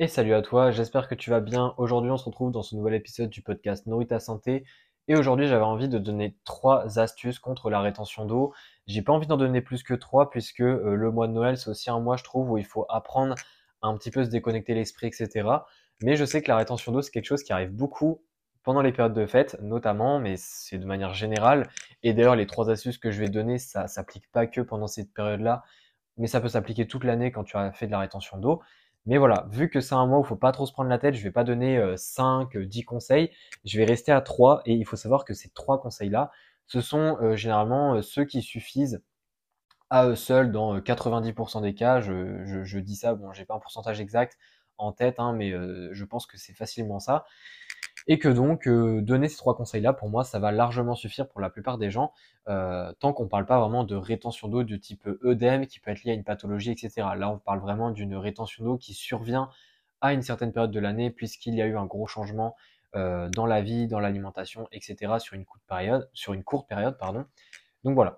Et salut à toi, j'espère que tu vas bien. Aujourd'hui, on se retrouve dans ce nouvel épisode du podcast Nourris ta santé. Et aujourd'hui, j'avais envie de donner 3 astuces contre la rétention d'eau. J'ai pas envie d'en donner plus que 3 puisque le mois de Noël, c'est aussi un mois, je trouve, où il faut apprendre à un petit peu se déconnecter l'esprit, etc. Mais je sais que la rétention d'eau, c'est quelque chose qui arrive beaucoup pendant les périodes de fête, notamment, mais c'est de manière générale. Et d'ailleurs, les 3 astuces que je vais te donner, ça s'applique pas que pendant cette période-là, mais ça peut s'appliquer toute l'année quand tu as fait de la rétention d'eau. Mais voilà, vu que c'est un mois où il faut pas trop se prendre la tête, je vais pas donner 5, 10 conseils, je vais rester à 3 et il faut savoir que ces 3 conseils-là, ce sont généralement ceux qui suffisent à eux seuls dans 90% des cas. Je dis ça, bon, j'ai pas un pourcentage exact en tête, hein, mais je pense que c'est facilement ça. Et que donc, donner ces 3 conseils-là, pour moi, ça va largement suffire pour la plupart des gens, tant qu'on ne parle pas vraiment de rétention d'eau de type œdème, qui peut être lié à une pathologie, etc. Là, on parle vraiment d'une rétention d'eau qui survient à une certaine période de l'année, puisqu'il y a eu un gros changement dans la vie, dans l'alimentation, etc. Sur une courte période, pardon. Donc voilà,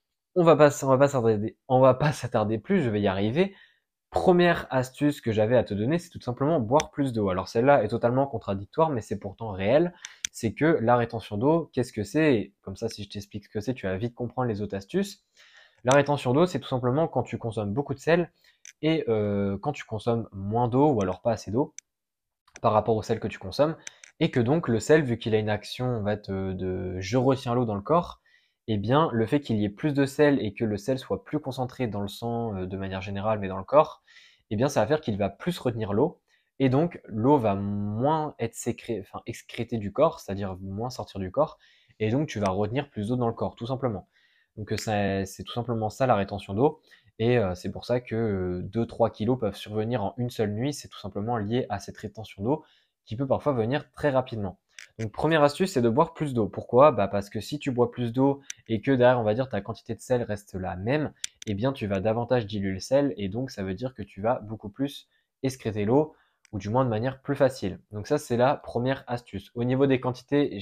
on va pas s'attarder plus, je vais y arriver. Première astuce que j'avais à te donner, c'est tout simplement boire plus d'eau. Alors celle-là est totalement contradictoire, mais c'est pourtant réel. C'est que la rétention d'eau, qu'est-ce que c'est? Comme ça, si je t'explique ce que c'est, tu vas vite comprendre les autres astuces. La rétention d'eau, c'est tout simplement quand tu consommes beaucoup de sel et quand tu consommes moins d'eau ou alors pas assez d'eau par rapport au sel que tu consommes, et que donc le sel, vu qu'il a une action on va être, de je retiens l'eau dans le corps, eh bien le fait qu'il y ait plus de sel et que le sel soit plus concentré dans le sang de manière générale, mais dans le corps, eh bien ça va faire qu'il va plus retenir l'eau, et donc l'eau va moins être excrétée du corps, c'est-à-dire moins sortir du corps, et donc tu vas retenir plus d'eau dans le corps, tout simplement. Donc c'est tout simplement ça la rétention d'eau. Et c'est pour ça que 2-3 kilos peuvent survenir en une seule nuit. C'est tout simplement lié à cette rétention d'eau qui peut parfois venir très rapidement. Donc première astuce, c'est de boire plus d'eau. Pourquoi? Bah parce que si tu bois plus d'eau et que derrière, on va dire, ta quantité de sel reste la même, eh bien tu vas davantage diluer le sel et donc ça veut dire que tu vas beaucoup plus excréter l'eau ou du moins de manière plus facile. Donc ça, c'est la première astuce. Au niveau des quantités,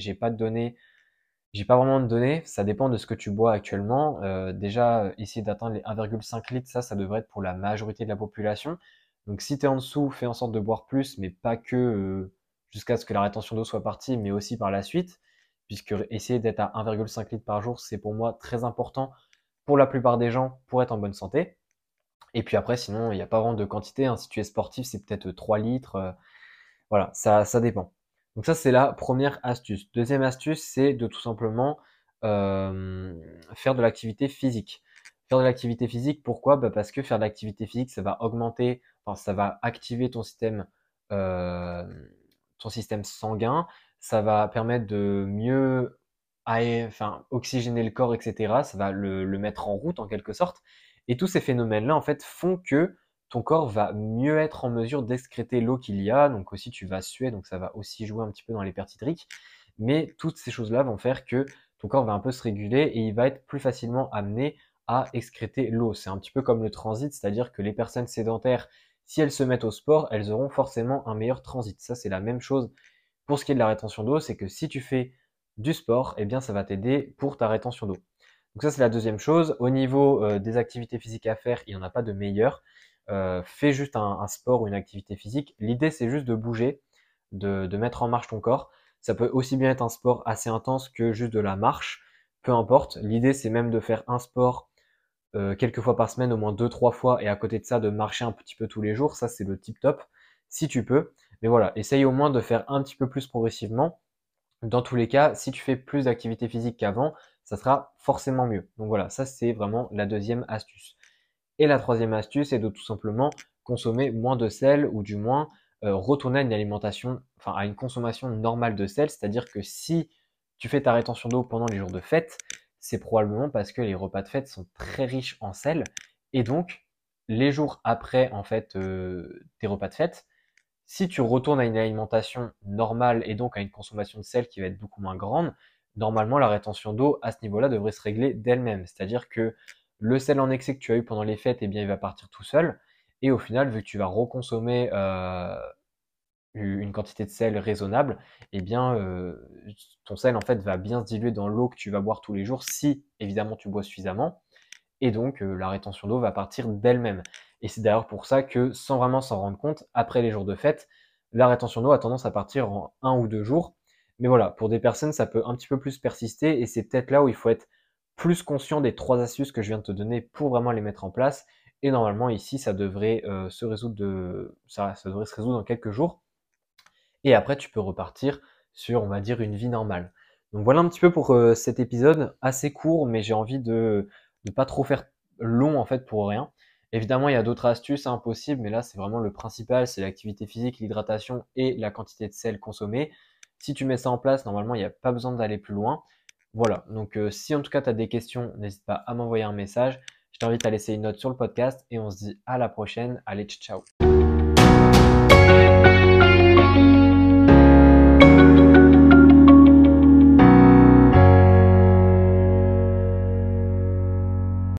j'ai pas vraiment de données, ça dépend de ce que tu bois actuellement. Déjà, essayer d'atteindre les 1,5 litres, ça devrait être pour la majorité de la population. Donc si tu es en dessous, fais en sorte de boire plus, mais pas que jusqu'à ce que la rétention d'eau soit partie, mais aussi par la suite, puisque essayer d'être à 1,5 litres par jour, c'est pour moi très important pour la plupart des gens pour être en bonne santé. Et puis après, sinon, il n'y a pas vraiment de quantité, hein. Si tu es sportif, c'est peut-être 3 litres. Voilà, ça dépend. Donc ça, c'est la première astuce. Deuxième astuce, c'est de tout simplement faire de l'activité physique. Faire de l'activité physique, pourquoi? Bah parce que faire de l'activité physique, ça va augmenter, enfin, ça va activer euh, ton système sanguin, ça va permettre de mieux oxygéner le corps, etc. Ça va le mettre en route en quelque sorte. Et tous ces phénomènes-là, en fait, font que ton corps va mieux être en mesure d'excréter l'eau qu'il y a, donc aussi tu vas suer, donc ça va aussi jouer un petit peu dans les pertes hydriques, mais toutes ces choses-là vont faire que ton corps va un peu se réguler et il va être plus facilement amené à excréter l'eau. C'est un petit peu comme le transit, c'est-à-dire que les personnes sédentaires, si elles se mettent au sport, elles auront forcément un meilleur transit. Ça, c'est la même chose pour ce qui est de la rétention d'eau, c'est que si tu fais du sport, eh bien ça va t'aider pour ta rétention d'eau. Donc ça, c'est la deuxième chose. Au niveau des activités physiques à faire, il n'y en a pas de meilleur. Fais juste un sport ou une activité physique. L'idée, c'est juste de bouger, de mettre en marche ton corps. Ça peut aussi bien être un sport assez intense que juste de la marche. Peu importe. L'idée, c'est même de faire un sport quelques fois par semaine, au moins 2-3 fois, et à côté de ça, de marcher un petit peu tous les jours. Ça, c'est le tip top, si tu peux. Mais voilà, essaye au moins de faire un petit peu plus progressivement. Dans tous les cas, si tu fais plus d'activité physique qu'avant, ça sera forcément mieux. Donc voilà, ça c'est vraiment la deuxième astuce. Et la troisième astuce est de tout simplement consommer moins de sel ou du moins retourner à une alimentation, enfin à une consommation normale de sel. C'est-à-dire que si tu fais ta rétention d'eau pendant les jours de fête, c'est probablement parce que les repas de fête sont très riches en sel. Et donc, les jours après en fait tes repas de fête, si tu retournes à une alimentation normale et donc à une consommation de sel qui va être beaucoup moins grande, normalement la rétention d'eau à ce niveau-là devrait se régler d'elle-même. C'est-à-dire que le sel en excès que tu as eu pendant les fêtes, eh bien, il va partir tout seul. Et au final, vu que tu vas reconsommer une quantité de sel raisonnable, eh bien, ton sel en fait va bien se diluer dans l'eau que tu vas boire tous les jours, si évidemment tu bois suffisamment. Et donc la rétention d'eau va partir d'elle-même. Et c'est d'ailleurs pour ça que, sans vraiment s'en rendre compte, après les jours de fête, la rétention d'eau a tendance à partir en 1 ou 2 jours. Mais voilà, pour des personnes, ça peut un petit peu plus persister et c'est peut-être là où il faut être plus conscient des 3 astuces que je viens de te donner pour vraiment les mettre en place. Et normalement, ici, ça devrait se résoudre ça devrait se résoudre en quelques jours. Et après, tu peux repartir sur, on va dire, une vie normale. Donc voilà un petit peu pour cet épisode assez court, mais j'ai envie de ne pas trop faire long en fait pour rien. Évidemment, il y a d'autres astuces possibles, mais là, c'est vraiment le principal, c'est l'activité physique, l'hydratation et la quantité de sel consommée. Si tu mets ça en place, normalement, il n'y a pas besoin d'aller plus loin. Voilà, donc si en tout cas tu as des questions, n'hésite pas à m'envoyer un message. Je t'invite à laisser une note sur le podcast et on se dit à la prochaine. Allez, ciao.